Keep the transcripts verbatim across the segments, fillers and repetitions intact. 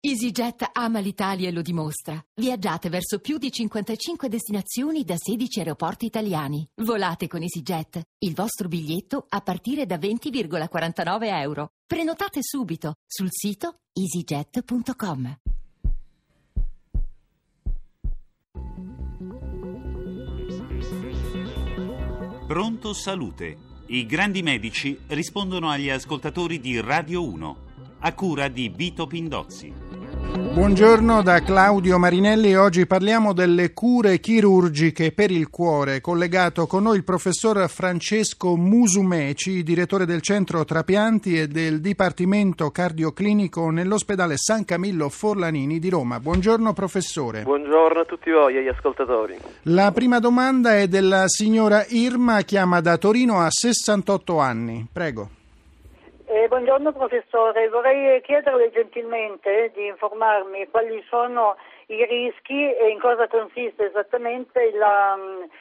EasyJet ama l'Italia e lo dimostra. Viaggiate verso più di cinquantacinque destinazioni da sedici aeroporti italiani. Volate con EasyJet. Il vostro biglietto a partire da venti virgola quarantanove euro. Prenotate subito sul sito easyjet punto com. Pronto Salute. I grandi medici rispondono agli ascoltatori di Radio uno, a cura di Vito Pindozzi. Buongiorno da Claudio Marinelli. Oggi parliamo delle cure chirurgiche per il cuore. Collegato con noi il professor Francesco Musumeci, direttore del Centro Trapianti e del Dipartimento Cardioclinico nell'ospedale San Camillo Forlanini di Roma. Buongiorno professore. Buongiorno a tutti voi e agli ascoltatori. La prima domanda è della signora Irma, chiama da Torino, a sessantotto anni. Prego. Eh, buongiorno professore, vorrei chiederle gentilmente di informarmi quali sono i rischi e in cosa consiste esattamente la,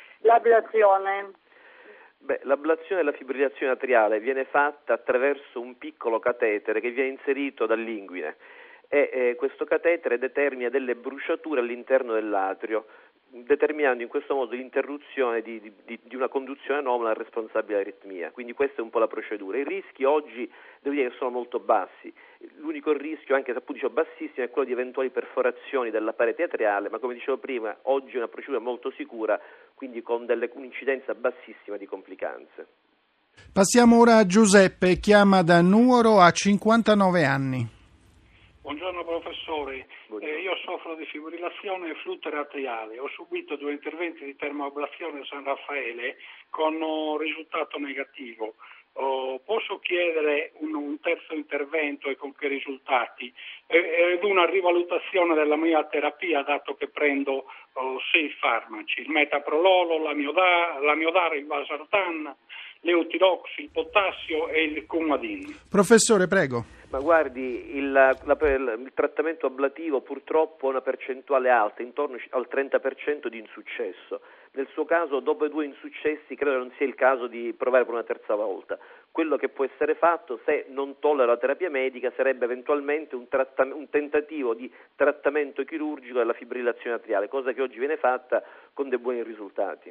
l'ablazione. Beh, l'ablazione della fibrillazione atriale viene fatta attraverso un piccolo catetere che viene inserito dall'inguine e eh, questo catetere determina delle bruciature all'interno dell'atrio, determinando in questo modo l'interruzione di, di, di una conduzione anomala responsabile dell'aritmia. Quindi questa è un po' la procedura. I rischi oggi devo dire che sono molto bassi. L'unico rischio, anche se appunto dicevo bassissimo, è quello di eventuali perforazioni della parete atriale, ma come dicevo prima, oggi è una procedura molto sicura, quindi con delle, un'incidenza bassissima di complicanze. Passiamo ora a Giuseppe, chiama da Nuoro, a cinquantanove anni. Buongiorno professore, eh, io soffro di fibrillazione fluttera atriale, ho subito due interventi di termoablazione a San Raffaele con un risultato negativo. Oh, posso chiedere un, un terzo intervento e con che risultati? Ed una rivalutazione della mia terapia, dato che prendo oh, sei farmaci, il metaprololo, l'amioda, l'amiodare, il valsartan, l'eutirox, il potassio e il coumadin. Professore, prego. Ma guardi, il, la, il trattamento ablativo purtroppo ha una percentuale alta, intorno al trenta per cento di insuccesso. Nel suo caso, dopo due insuccessi, credo che non sia il caso di provare per una terza volta. Quello che può essere fatto, se non tollera la terapia medica, sarebbe eventualmente un, trattam- un tentativo di trattamento chirurgico della fibrillazione atriale, cosa che oggi viene fatta con dei buoni risultati.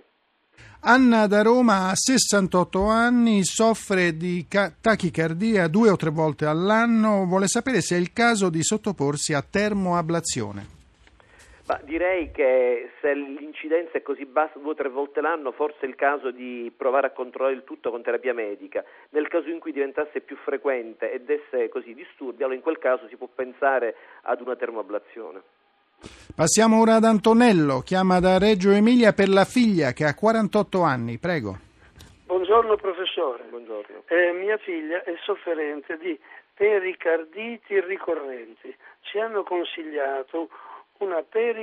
Anna da Roma, ha sessantotto anni, soffre di ca- tachicardia due o tre volte all'anno, vuole sapere se è il caso di sottoporsi a termoablazione. Ma direi che se l'incidenza è così bassa due o tre volte l'anno, forse è il caso di provare a controllare il tutto con terapia medica. Nel caso in cui diventasse più frequente e desse così disturbi, allora in quel caso si può pensare ad una termoablazione. Passiamo ora ad Antonello, chiama da Reggio Emilia per la figlia che ha quarantotto anni, prego. Buongiorno professore. Buongiorno. Eh, mia figlia è sofferente di pericarditi ricorrenti. Ci hanno consigliato una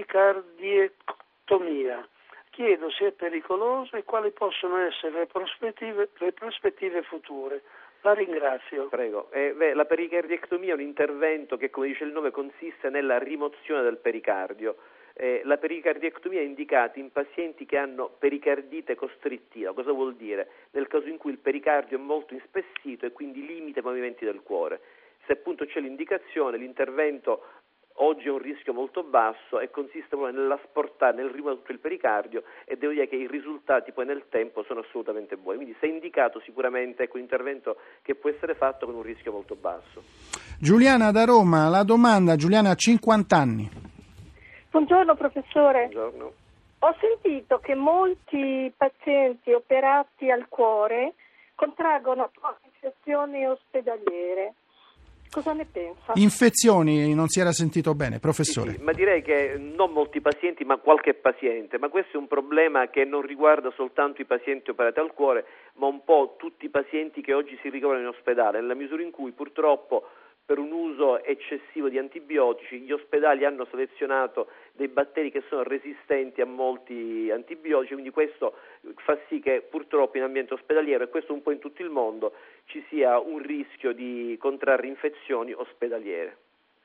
pericardiectomia. Chiedo se è pericoloso e quali possono essere le prospettive, le prospettive future. La ringrazio. Prego. Eh, beh, la pericardiectomia è un intervento che, come dice il nome, consiste nella rimozione del pericardio. Eh, la pericardiectomia è indicata in pazienti che hanno pericardite costrittiva. Cosa vuol dire? Nel caso in cui il pericardio è molto ispessito e quindi limita i movimenti del cuore. Se appunto c'è l'indicazione, l'intervento oggi è un rischio molto basso e consiste proprio nell'asportare, nel rimuovere tutto il pericardio, e devo dire che i risultati poi nel tempo sono assolutamente buoni. Quindi se è indicato sicuramente è un intervento che può essere fatto con un rischio molto basso. Giuliana da Roma, la domanda. Giuliana ha cinquanta anni. Buongiorno professore. Buongiorno. Ho sentito che molti pazienti operati al cuore contraggono infezioni ospedaliere. Cosa ne pensa? Infezioni, non si era sentito bene, professore. Sì, sì, ma direi che non molti pazienti, ma qualche paziente, ma questo è un problema che non riguarda soltanto i pazienti operati al cuore, ma un po' tutti i pazienti che oggi si ricoverano in ospedale, nella misura in cui purtroppo per un uso eccessivo di antibiotici gli ospedali hanno selezionato dei batteri che sono resistenti a molti antibiotici, quindi questo fa sì che purtroppo in ambiente ospedaliero, e questo un po' in tutto il mondo, ci sia un rischio di contrarre infezioni ospedaliere.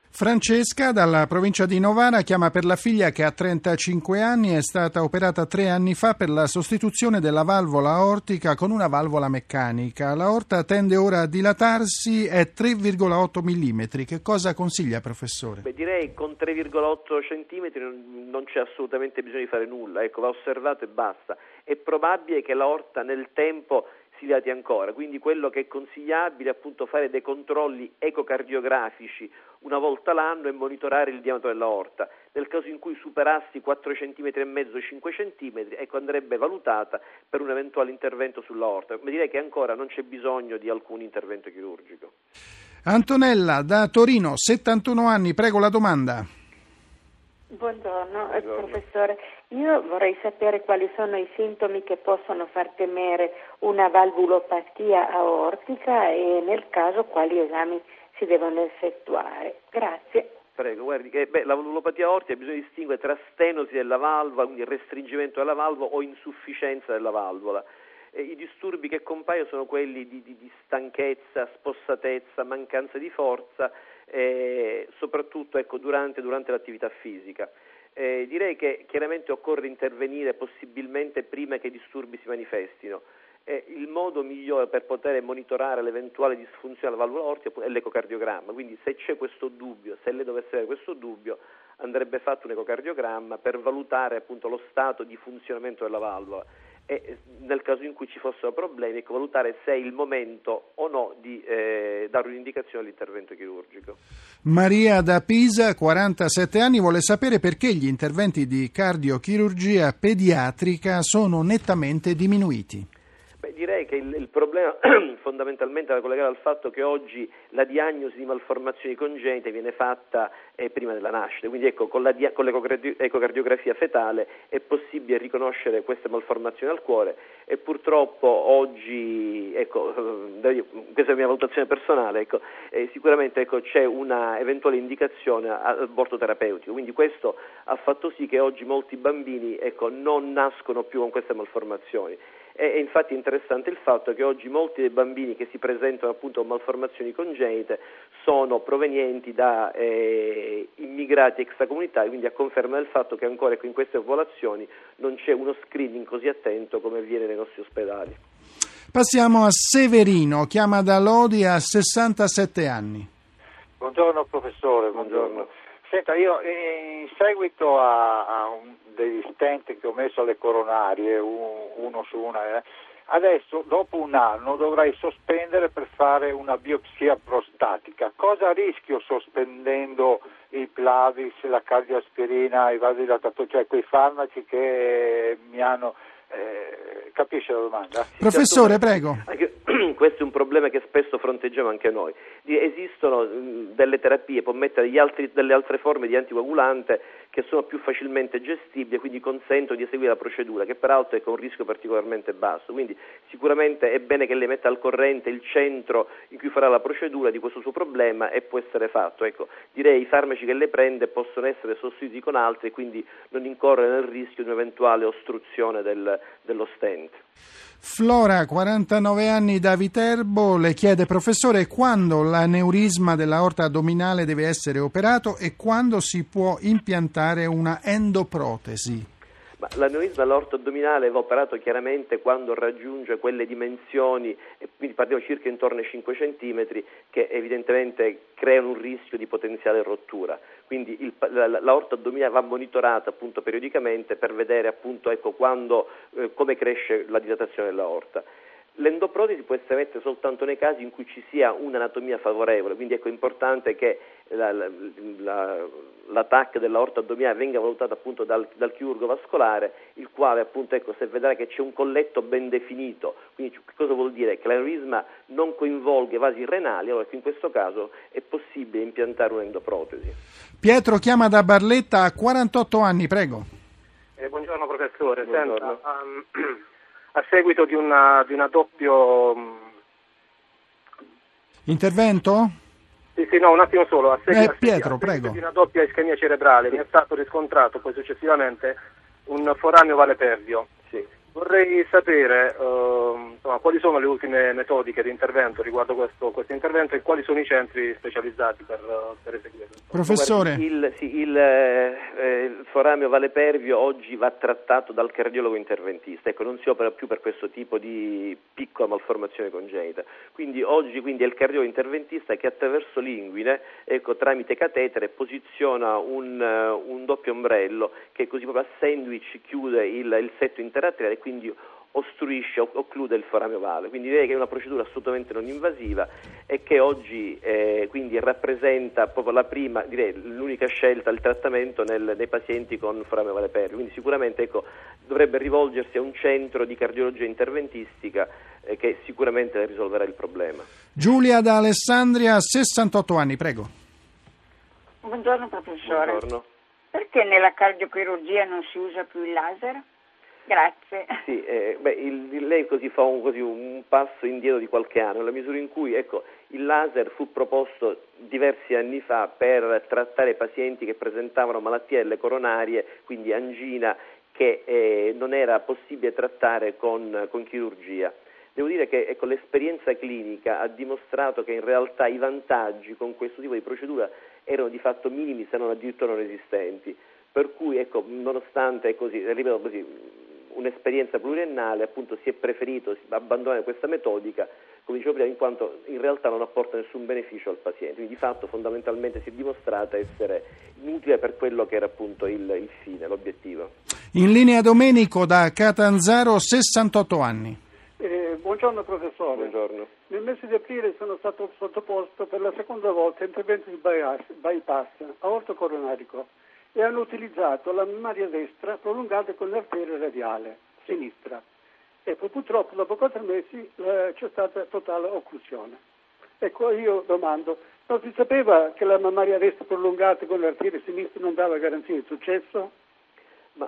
Francesca, dalla provincia di Novara, chiama per la figlia che ha trentacinque anni e è stata operata tre anni fa per la sostituzione della valvola aortica con una valvola meccanica. L'aorta tende ora a dilatarsi, è tre virgola otto millimetri. Che cosa consiglia, professore? Beh, direi con tre virgola otto centimetri non, non c'è assolutamente bisogno di fare nulla, ecco, va osservato e basta. È probabile che l'aorta nel tempo si dilati ancora, quindi quello che è consigliabile è appunto fare dei controlli ecocardiografici una volta l'anno e monitorare il diametro dell'aorta. Nel caso in cui superassi quattro centimetri e mezzo, cinque centimetri, ecco, andrebbe valutata per un eventuale intervento sull'aorta. Ma direi che ancora non c'è bisogno di alcun intervento chirurgico. Antonella, da Torino, settantuno anni, prego la domanda. Buongiorno, Buongiorno, professore. Io vorrei sapere quali sono i sintomi che possono far temere una valvulopatia aortica e nel caso quali esami si devono effettuare. Grazie. Prego, guardi che beh, la valvulopatia aortica bisogna distinguere tra stenosi della valvola, quindi restringimento della valvola o insufficienza della valvola. Eh, I disturbi che compaiono sono quelli di, di, di stanchezza, spossatezza, mancanza di forza, eh, soprattutto ecco, durante, durante l'attività fisica. Eh, direi che chiaramente occorre intervenire possibilmente prima che i disturbi si manifestino. Eh, il modo migliore per poter monitorare l'eventuale disfunzione della valvola aortica è l'ecocardiogramma, quindi se c'è questo dubbio, se lei dovesse avere questo dubbio, andrebbe fatto un ecocardiogramma per valutare appunto lo stato di funzionamento della valvola e nel caso in cui ci fossero problemi, ecco, valutare se è il momento o no di eh, dare un'indicazione all'intervento chirurgico. Maria da Pisa, quarantasette anni, vuole sapere perché gli interventi di cardiochirurgia pediatrica sono nettamente diminuiti. Beh, direi che il, il problema fondamentalmente da collegare al fatto che oggi la diagnosi di malformazioni congenite viene fatta eh, prima della nascita, quindi ecco con, la dia- con l'ecocardiografia fetale è possibile riconoscere queste malformazioni al cuore e purtroppo oggi, ecco, questa è la mia valutazione personale, ecco, eh, sicuramente ecco, c'è una eventuale indicazione all'aborto terapeutico, quindi questo ha fatto sì che oggi molti bambini ecco, non nascono più con queste malformazioni. È infatti interessante il fatto che oggi molti dei bambini che si presentano appunto con malformazioni congenite sono provenienti da eh, immigrati extracomunitari, quindi a conferma del fatto che ancora in queste popolazioni non c'è uno screening così attento come avviene nei nostri ospedali. Passiamo a Severino, chiama da Lodi, a sessantasette anni. Buongiorno professore, buongiorno. buongiorno. Senta, io in seguito a, a un, degli stent che ho messo alle coronarie, un, uno su una, eh, adesso dopo un anno dovrei sospendere per fare una biopsia prostatica. Cosa rischio sospendendo i Plavix, la cardioaspirina, i vasodilatatori, cioè quei farmaci che mi hanno... Eh, capisce la domanda? Professore, prego. Questo è un problema che spesso fronteggiamo anche noi. Esistono delle terapie, può mettere degli altri, delle altre forme di anticoagulante che sono più facilmente gestibili e quindi consentono di eseguire la procedura, che peraltro è con un rischio particolarmente basso. Quindi sicuramente è bene che lei metta al corrente il centro in cui farà la procedura di questo suo problema e può essere fatto. Ecco, direi i farmaci che lei prende possono essere sostituiti con altri e quindi non incorrere nel rischio di un'eventuale ostruzione del, dello stent. Flora, quarantanove anni, da Viterbo, le chiede, professore, quando l'aneurisma dell'aorta addominale deve essere operato e quando si può impiantare una endoprotesi? Ma l'aneurisma dell'aorta addominale va operato chiaramente quando raggiunge quelle dimensioni, e quindi parliamo circa intorno ai cinque centimetri, che evidentemente creano un rischio di potenziale rottura. Quindi il, la, l'aorta addominale va monitorata appunto periodicamente per vedere appunto ecco quando eh, come cresce la dilatazione dell'aorta. L'endoprotesi può essere messa soltanto nei casi in cui ci sia un'anatomia favorevole, quindi ecco, è importante che la, la, la, l'attacco dell'aorta addominale venga valutato appunto dal, dal chirurgo vascolare, il quale appunto ecco, se vedrà che c'è un colletto ben definito, quindi cosa vuol dire? Che l'aneurisma non coinvolge i vasi renali, allora in questo caso è possibile impiantare un'endoprotesi. Pietro chiama da Barletta, a quarantotto anni, prego. Eh, buongiorno professore, buongiorno. Senta, um, a seguito di una, di una doppio... Intervento? Sì, sì, no, un attimo solo. A seguito, eh, Pietro, a seguito prego. di una doppia ischemia cerebrale mi è stato riscontrato poi successivamente un foraneo vale perdio. Sì. Vorrei sapere uh, insomma, quali sono le ultime metodiche di intervento riguardo questo, questo intervento e quali sono i centri specializzati per, uh, per eseguirlo. Professore. Guardi, il, sì, il, eh, il forameo Valepervio oggi va trattato dal cardiologo interventista, ecco, non si opera più per questo tipo di piccola malformazione congenita, quindi oggi quindi è il cardiologo interventista che attraverso l'inguine, ecco, tramite catetere posiziona un, uh, un doppio ombrello che così proprio a sandwich chiude il, il setto interatriale, quindi ostruisce o occlude il forameo ovale, quindi direi che è una procedura assolutamente non invasiva e che oggi eh, quindi rappresenta proprio la prima, direi l'unica scelta, il trattamento nel, nei pazienti con forameo ovale pervio, quindi sicuramente ecco, dovrebbe rivolgersi a un centro di cardiologia interventistica eh, che sicuramente risolverà il problema. Giulia da Alessandria, sessantotto anni, prego. Buongiorno professore. Buongiorno. Perché nella cardiochirurgia non si usa più il laser? Grazie. Sì, eh, beh, il, il, lei così fa un, così, un passo indietro di qualche anno, nella misura in cui ecco, il laser fu proposto diversi anni fa per trattare pazienti che presentavano malattie delle coronarie, quindi angina, che eh, non era possibile trattare con, con chirurgia. Devo dire che ecco, l'esperienza clinica ha dimostrato che in realtà i vantaggi con questo tipo di procedura erano di fatto minimi, se non addirittura non esistenti. Per cui, ecco, nonostante così, ripeto così, un'esperienza pluriennale, appunto si è preferito abbandonare questa metodica, come dicevo prima, in quanto in realtà non apporta nessun beneficio al paziente, quindi di fatto fondamentalmente si è dimostrata essere inutile per quello che era appunto il, il fine, l'obiettivo. In linea Domenico da Catanzaro, sessantotto anni. Eh, buongiorno professore. Buongiorno. Nel mese di aprile sono stato sottoposto per la seconda volta a intervento di bypass, bypass aorto coronarico e hanno utilizzato la mammaria destra prolungata con l'arteria radiale sinistra e poi purtroppo dopo quattro mesi eh, c'è stata totale occlusione. Ecco, io domando, non si sapeva che la mammaria destra prolungata con l'arteria sinistra non dava garanzia di successo? Ma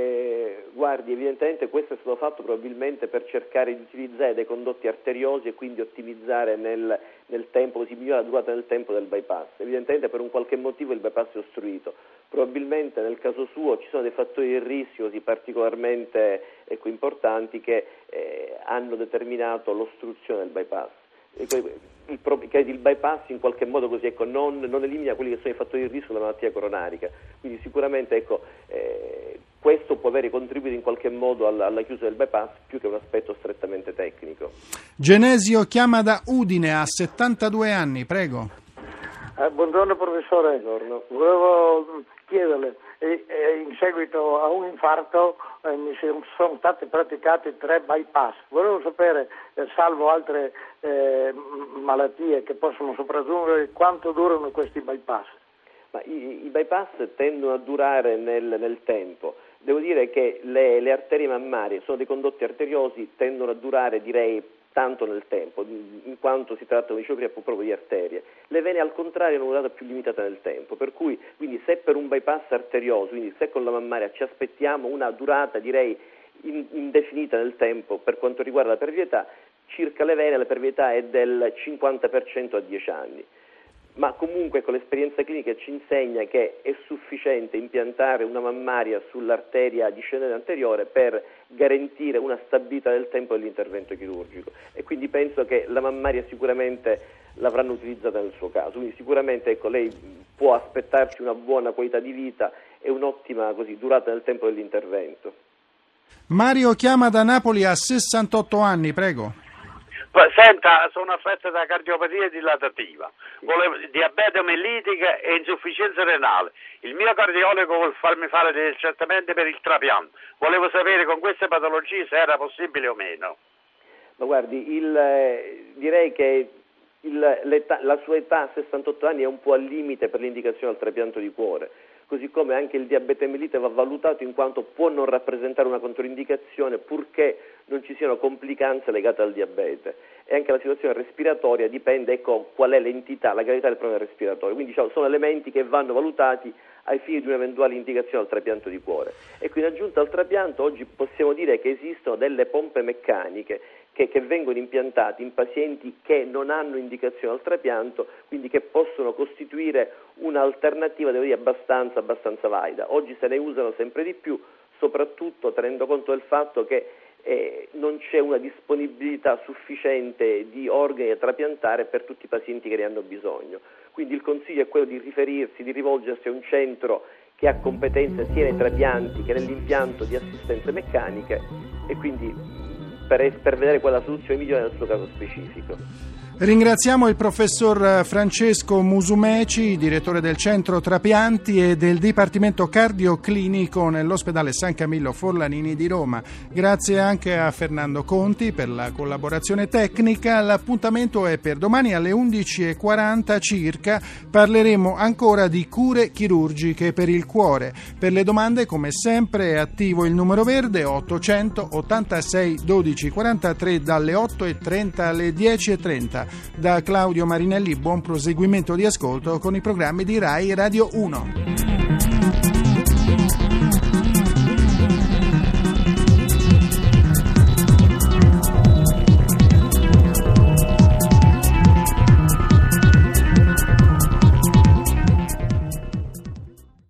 eh, guardi, evidentemente questo è stato fatto probabilmente per cercare di utilizzare dei condotti arteriosi e quindi ottimizzare nel, nel tempo, così migliora la durata del tempo del bypass. Evidentemente per un qualche motivo il bypass è ostruito. Probabilmente nel caso suo ci sono dei fattori di rischio così particolarmente ecco, importanti che eh, hanno determinato l'ostruzione del bypass. Il, il bypass in qualche modo così ecco, non, non elimina quelli che sono i fattori di rischio della malattia coronarica, quindi sicuramente ecco, eh, questo può avere contribuito in qualche modo alla, alla chiusura del bypass più che un aspetto strettamente tecnico. Genesio chiama da Udine, ha settantadue anni, prego. Eh, buongiorno professore, buongiorno. Volevo chiederle, eh, eh, in seguito a un infarto eh, mi sono stati praticati tre bypass, volevo sapere, eh, salvo altre eh, malattie che possono sopraggiungere, quanto durano questi bypass? Ma i, i bypass tendono a durare nel, nel tempo. Devo dire che le, le arterie mammarie sono dei condotti arteriosi, tendono a durare direi tanto nel tempo, in quanto si tratta, come dicevo prima, proprio di arterie. Le vene al contrario hanno una durata più limitata nel tempo, per cui quindi se per un bypass arterioso, quindi se con la mammaria ci aspettiamo una durata direi in, indefinita nel tempo per quanto riguarda la pervietà, circa le vene la pervietà è del cinquanta per cento a dieci anni. Ma comunque con l'esperienza clinica ci insegna che è sufficiente impiantare una mammaria sull'arteria discendente anteriore per garantire una stabilità del tempo dell'intervento chirurgico e quindi penso che la mammaria sicuramente l'avranno utilizzata nel suo caso, quindi sicuramente ecco, lei può aspettarsi una buona qualità di vita e un'ottima così, durata nel tempo dell'intervento. Mario chiama da Napoli, ha sessantotto anni, prego. Senta, sono affetto da cardiopatia dilatativa, volevo, diabete melllitica e insufficienza renale. Il mio cardiologo vuole farmi fare degli accertamenti per il trapianto. Volevo sapere con queste patologie se era possibile o meno. Ma guardi, il, eh, direi che il, l'età, la sua età a sessantotto anni è un po' al limite per l'indicazione al trapianto di cuore. Così come anche il diabete mellite va valutato in quanto può non rappresentare una controindicazione purché non ci siano complicanze legate al diabete e anche la situazione respiratoria dipende ecco, qual è l'entità, la gravità del problema respiratorio, quindi diciamo, sono elementi che vanno valutati ai fini di un'eventuale indicazione al trapianto di cuore. Ecco, in aggiunta al trapianto oggi possiamo dire che esistono delle pompe meccaniche Che, che vengono impiantati in pazienti che non hanno indicazione al trapianto, quindi che possono costituire un'alternativa, devo dire, abbastanza, abbastanza valida. Oggi se ne usano sempre di più, soprattutto tenendo conto del fatto che eh, non c'è una disponibilità sufficiente di organi da trapiantare per tutti i pazienti che ne hanno bisogno. Quindi il consiglio è quello di riferirsi, di rivolgersi a un centro che ha competenze sia nei trapianti che nell'impianto di assistenze meccaniche e quindi per, per vedere qual è la soluzione migliore nel suo caso specifico. Ringraziamo il professor Francesco Musumeci, direttore del Centro Trapianti e del Dipartimento Cardioclinico nell'ospedale San Camillo Forlanini di Roma. Grazie anche a Fernando Conti per la collaborazione tecnica. L'appuntamento è per domani alle undici e quaranta circa. Parleremo ancora di cure chirurgiche per il cuore. Per le domande, come sempre, è attivo il numero verde ottocento ottantasei dodici quarantatré dalle otto e trenta alle dieci e trenta. Da Claudio Marinelli buon proseguimento di ascolto con i programmi di Rai Radio uno.